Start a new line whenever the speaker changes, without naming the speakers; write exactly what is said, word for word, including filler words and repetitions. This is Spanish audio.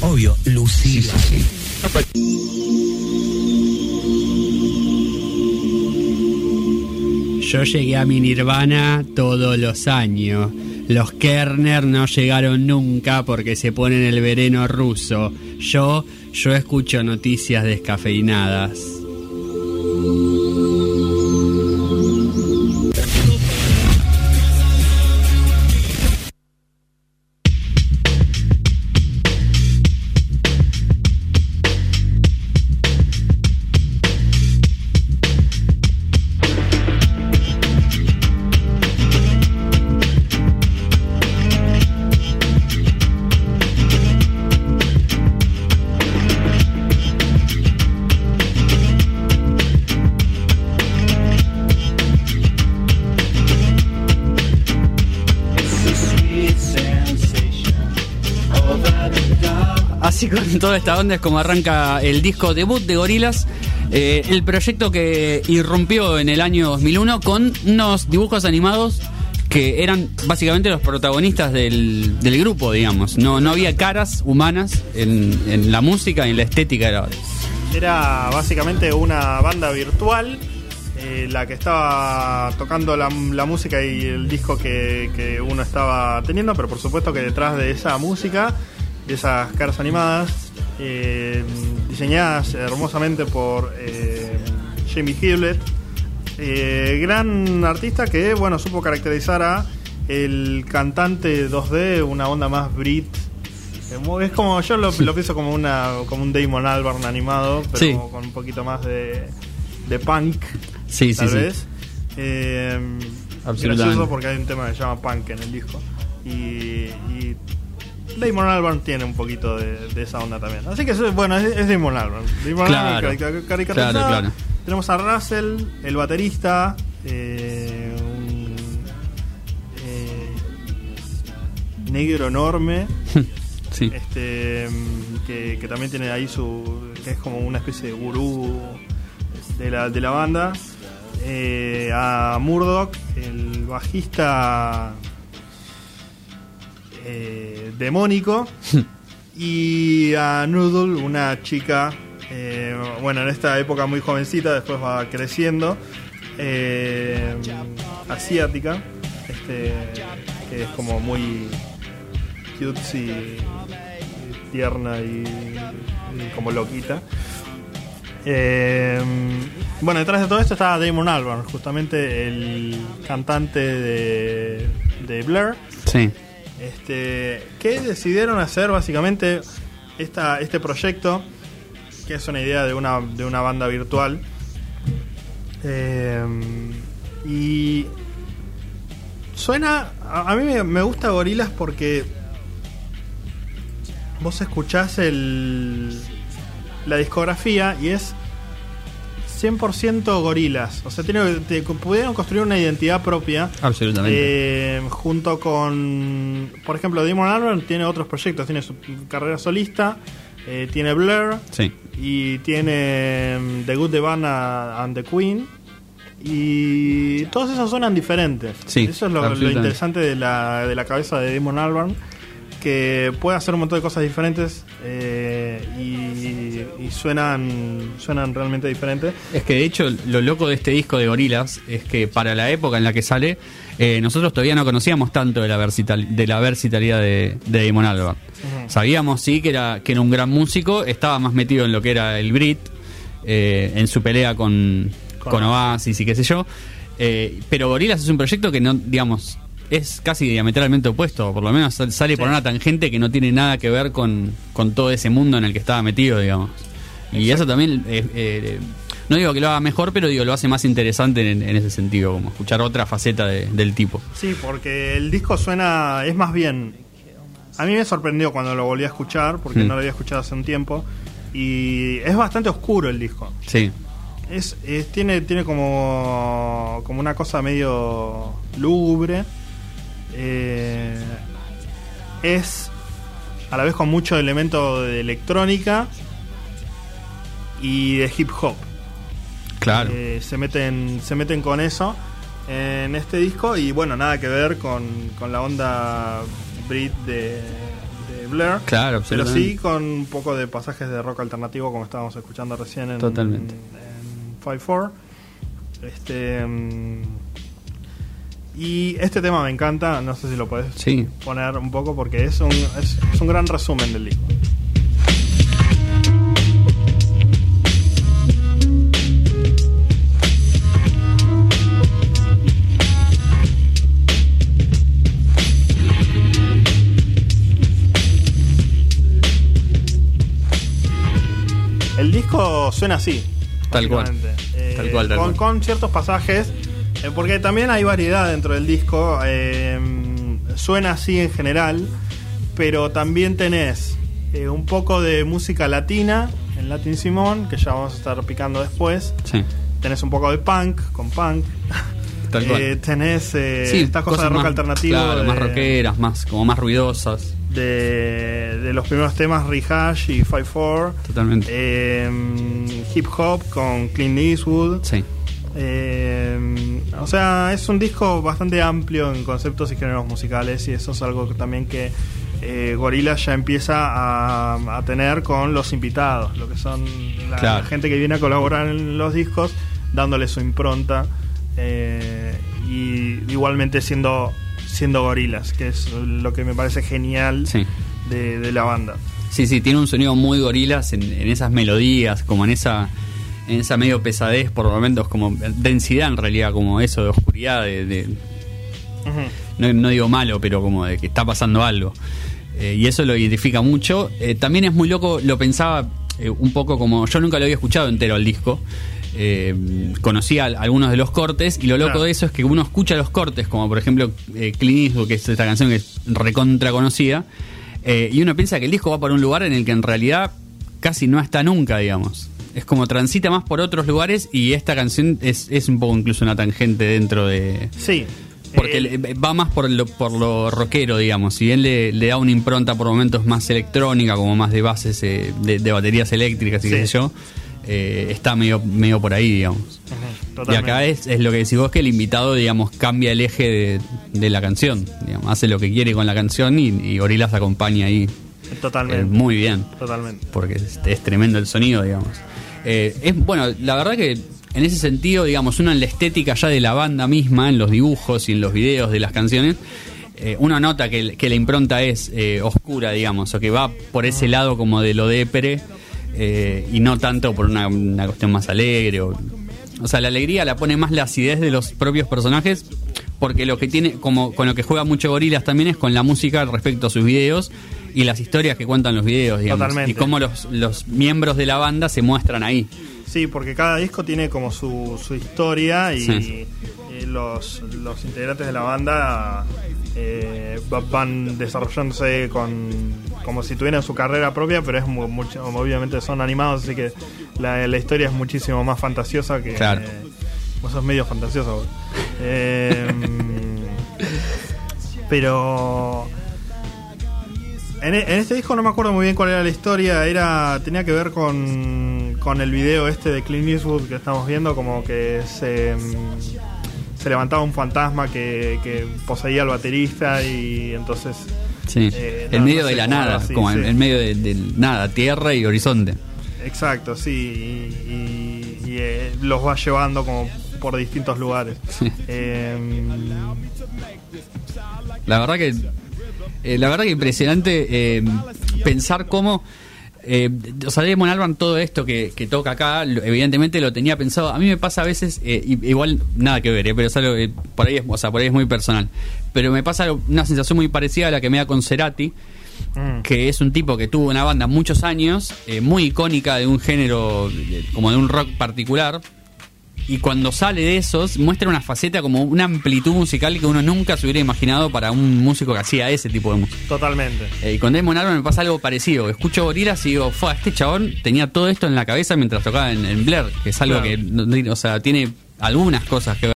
obvio, Lucila. Sí, sí.
Yo llegué a mi Nirvana todos los años. Los Kerner no llegaron nunca porque se ponen el veneno ruso. Yo, yo escucho noticias descafeinadas. Así con toda esta onda es como arranca el disco debut de Gorillaz, eh, el proyecto que irrumpió en el año dos mil uno con unos dibujos animados que eran básicamente los protagonistas del, del grupo, digamos. No, no había caras humanas en, en la música y en la estética de la banda.
Era básicamente una banda virtual, eh, la que estaba tocando la, la música y el disco que, que uno estaba teniendo, pero por supuesto que detrás de esa música, de esas caras animadas, eh, diseñadas hermosamente por eh, Jamie Hewlett, eh, gran artista que, bueno, supo caracterizar a el cantante dos D, una onda más Brit. Es como, yo lo, lo pienso como una como un Damon Albarn animado, pero
sí,
con un poquito más de, de punk,
sí,
tal
sí,
vez.
Sí.
Eh, gracioso porque hay un tema que se llama Punk en el disco. Y, y Damon Albarn tiene un poquito de, de esa onda también. Así que, bueno, es, es Damon Albarn. Damon
claro,
Albarn caricaturizado.
Claro, claro.
Tenemos a Russell, el baterista, eh, un eh, negro enorme.
Sí.
Este que, que también tiene ahí su, que es como una especie de gurú de la, de la banda, eh, a Murdoch, el bajista eh, demónico, y a Noodle, una chica, eh, bueno, en esta época muy jovencita, después va creciendo, eh, asiática, este, que es como muy cutesy, tierna y, y como loquita. Eh, bueno, detrás de todo esto está Damon Albarn, justamente el cantante de, de Blur.
Sí.
Este, que decidieron hacer básicamente esta, este proyecto, que es una idea de una, de una banda virtual. Eh, y suena, a, a mí me, me gusta Gorillaz porque vos escuchás el, la discografía y es cien por ciento Gorillaz. O sea, tiene, te, pudieron construir una identidad propia.
Absolutamente.
Eh, junto con, por ejemplo, Damon Albarn tiene otros proyectos. Tiene su carrera solista, eh, tiene Blur,
sí,
y tiene um, The Good, The Bad and The Queen. Y todos esos suenan diferentes.
Sí,
eso es lo, lo interesante de la, de la cabeza de Damon Albarn, que puede hacer un montón de cosas diferentes, eh, y, y suenan suenan realmente diferentes.
Es que de hecho lo loco de este disco de Gorillaz es que para la época en la que sale, eh, nosotros todavía no conocíamos tanto de la versatil, de la versatilidad de, de Damon Albarn. Uh-huh. Sabíamos sí que era que era un gran músico, estaba más metido en lo que era el Brit, eh, en su pelea con, con, con Oasis y qué sé yo, eh, pero Gorillaz es un proyecto que no, digamos, es casi diametralmente opuesto, por lo menos sale sí. por una tangente que no tiene nada que ver con, con todo ese mundo en el que estaba metido, digamos. Y exacto, eso también, eh, eh, no digo que lo haga mejor, pero digo lo hace más interesante en, en ese sentido, como escuchar otra faceta de, del tipo.
Sí, porque el disco suena, es más bien, a mí me sorprendió cuando lo volví a escuchar, porque mm. no lo había escuchado hace un tiempo, y es bastante oscuro el disco.
Sí.
Es, es tiene tiene como como una cosa medio lúgubre. Eh, es a la vez con mucho elemento de electrónica y de hip hop.
Claro.
Eh, se meten se meten con eso en este disco, y bueno, nada que ver con, con la onda Brit de, de Blur.
Claro,
pero
absolutamente.
sí con un poco de pasajes de rock alternativo, como estábamos escuchando recién en,
Totalmente.
en cinco cuatro. Este, mm, y este tema me encanta, no sé si lo podés
Sí.
poner un poco porque es un, es, es un gran resumen del disco. El disco suena así,
Tal cual.
básicamente. Eh,
Tal cual, tal
con,
cual.
con ciertos pasajes, eh, porque también hay variedad dentro del disco. eh, suena así en general, pero también tenés eh, un poco de música latina en Latin Simón, que ya vamos a estar picando después.
Sí.
Tenés un poco de punk, con punk.
Tal cual.
Eh, tenés eh,
Sí,
estas cosas de rock
más,
alternativo.
Claro,
de,
más rockeras, más, como más ruidosas.
de, de los primeros temas, Rehash y cinco cuatro.
Totalmente.
Eh, hip hop con Clint Eastwood.
Sí.
Eh, o sea, es un disco bastante amplio en conceptos y géneros musicales, y eso es algo que también que eh, Gorillaz ya empieza a, a tener con los invitados, lo que son la,
Claro.
la gente que viene a colaborar en los discos, dándole su impronta, eh, y igualmente siendo siendo Gorillaz, que es lo que me parece genial
Sí.
de, de la banda.
Sí, sí, tiene un sonido muy Gorillaz en, en esas melodías, como en esa en esa medio pesadez por momentos, como densidad en realidad, como eso de oscuridad, de, de
Ujú.
no, no digo malo, pero como de que está pasando algo. Eh, y eso lo identifica mucho. Eh, también es muy loco, lo pensaba eh, un poco como... Yo nunca lo había escuchado entero al disco. Eh, conocía algunos de los cortes, y lo loco
Claro.
de eso es que uno escucha los cortes, como por ejemplo eh, Clint Eastwood, que es esta canción que es recontra conocida, eh, y uno piensa que el disco va por un lugar en el que en realidad casi no está nunca, digamos. Es como transita más por otros lugares, y esta canción es, es un poco incluso una tangente dentro de...
Sí.
Porque
Eh,
le- va más por lo, por lo rockero, digamos. Si bien le, le da una impronta por momentos más electrónica, como más de bases eh, de, de baterías eléctricas y
Sí.
qué sé yo, eh, está medio, medio por ahí, digamos.
ujú,
Y
totalmente.
acá es, es lo que decís vos, que el invitado, digamos, cambia el eje de, de la canción. Digamos, hace lo que quiere con la canción, y, y Gorillaz acompaña ahí eh,
Totalmente.
muy bien.
Totalmente.
Porque es, es tremendo el sonido, digamos. Eh, es bueno, la verdad que en ese sentido, digamos, uno en la estética ya de la banda misma, en los dibujos y en los videos de las canciones, eh, uno nota que, que la impronta es eh, oscura, digamos, o que va por ese lado como de lo depre, eh, y no tanto por una, una cuestión más alegre. O, o sea, la alegría la pone más la acidez de los propios personajes, porque lo que tiene, como con lo que juega mucho Gorillaz también, es con la música respecto a sus videos y las historias que cuentan los videos, digamos.
Totalmente.
Y cómo los, los miembros de la banda se muestran ahí.
Sí, porque cada disco tiene como su, su historia, y,
Sí.
y los, los integrantes de la banda eh, va- van desarrollándose con como si tuvieran su carrera propia, pero es mu- mucho, obviamente son animados, así que la, la historia es muchísimo más fantasiosa que...
Claro.
eh, vos sos medio fantasioso vos. Eh, pero... En, en este disco no me acuerdo muy bien cuál era la historia. Era tenía que ver con, con el video este de Clint Eastwood que estamos viendo, como que se, mm, se levantaba un fantasma que, que poseía al baterista, y entonces
Sí.
Eh,
en
no,
medio
no
de
sé,
la
como
nada,
algo así,
como
sí.
en, en medio de, de nada, tierra y horizonte.
exacto, sí, y, y- y, eh, los va llevando como por distintos lugares.
Sí.
Eh,
La verdad que eh, la verdad que impresionante eh, pensar cómo eh, o sea, Damon Albarn, todo esto que, que toca acá, lo- evidentemente lo tenía pensado. A mí me pasa a veces, eh, i- igual nada que ver, eh, pero es algo, eh, por ahí es, o sea, por ahí es muy personal, pero me pasa algo- una sensación muy parecida a la que me da con Cerati,
mm,
que es un tipo que tuvo una banda muchos años, eh, muy icónica de un género, eh, como de un rock particular, y cuando sale de esos muestra una faceta, como una amplitud musical que uno nunca se hubiera imaginado para un músico que hacía ese tipo de música.
totalmente.
Eh, y con Damon Albarn me pasa algo parecido. Escucho Gorillaz y digo, fue, este chabón tenía todo esto en la cabeza mientras tocaba en, en Blur, que es algo
Claro.
que, no- no- o sea, tiene algunas cosas que ver